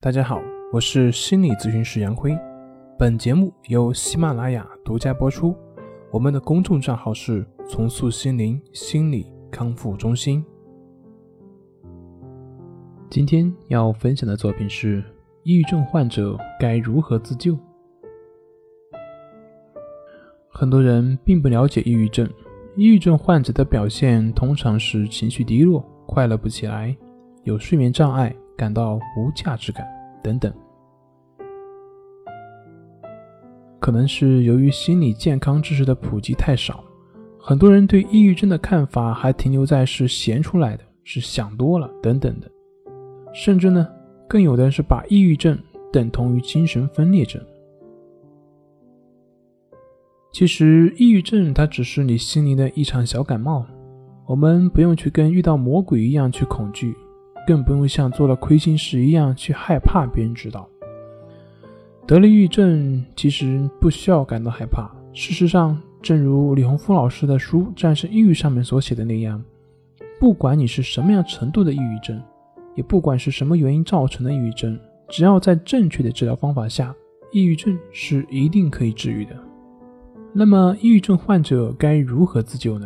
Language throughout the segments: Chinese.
大家好，我是心理咨询师杨辉，本节目由喜马拉雅独家播出。我们的公众账号是重塑心灵心理康复中心。今天要分享的作品是抑郁症患者该如何自救。很多人并不了解抑郁症，抑郁症患者的表现通常是情绪低落，快乐不起来，有睡眠障碍，感到无价值感等等。可能是由于心理健康知识的普及太少，很多人对抑郁症的看法还停留在是闲出来的，是想多了等等的，甚至呢，更有的是把抑郁症等同于精神分裂症。其实抑郁症它只是你心灵的一场小感冒，我们不用去跟遇到魔鬼一样去恐惧，更不用像做了亏心事一样去害怕别人知道。得了抑郁症其实不需要感到害怕，事实上正如李洪福老师的书《战胜抑郁》上面所写的那样，不管你是什么样程度的抑郁症，也不管是什么原因造成的抑郁症，只要在正确的治疗方法下，抑郁症是一定可以治愈的。那么抑郁症患者该如何自救呢？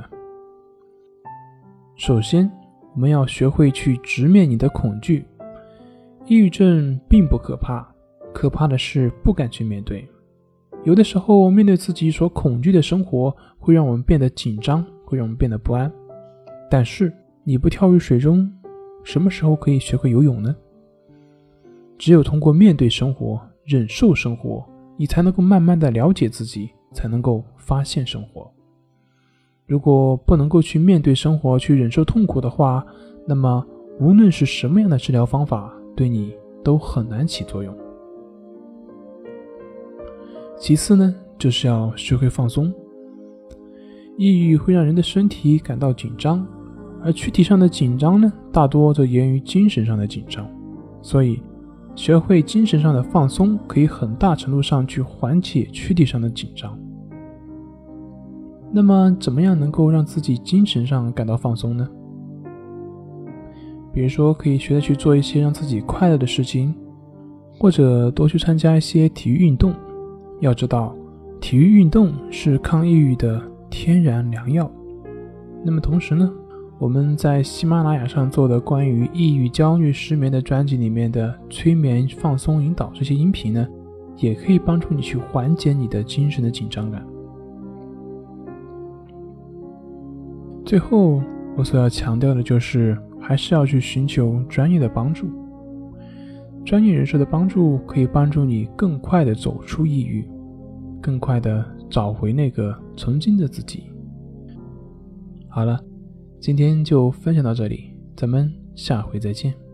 首先我们要学会去直面你的恐惧。抑郁症并不可怕，可怕的是不敢去面对。有的时候面对自己所恐惧的生活，会让我们变得紧张，会让我们变得不安。但是你不跳入水中，什么时候可以学会游泳呢？只有通过面对生活，忍受生活，你才能够慢慢的了解自己，才能够发现生活。如果不能够去面对生活，去忍受痛苦的话，那么无论是什么样的治疗方法，对你都很难起作用。其次呢，就是要学会放松。抑郁会让人的身体感到紧张，而躯体上的紧张呢，大多则源于精神上的紧张。所以学会精神上的放松，可以很大程度上去缓解躯体上的紧张。那么怎么样能够让自己精神上感到放松呢？比如说可以学着去做一些让自己快乐的事情，或者多去参加一些体育运动。要知道体育运动是抗抑郁的天然良药。那么同时呢，我们在喜马拉雅上做的关于抑郁、焦虑、失眠的专辑里面的催眠、放松引导这些音频呢，也可以帮助你去缓解你的精神的紧张感。最后我所要强调的就是还是要去寻求专业的帮助。专业人士的帮助可以帮助你更快地走出抑郁，更快地找回那个曾经的自己。好了，今天就分享到这里，咱们下回再见。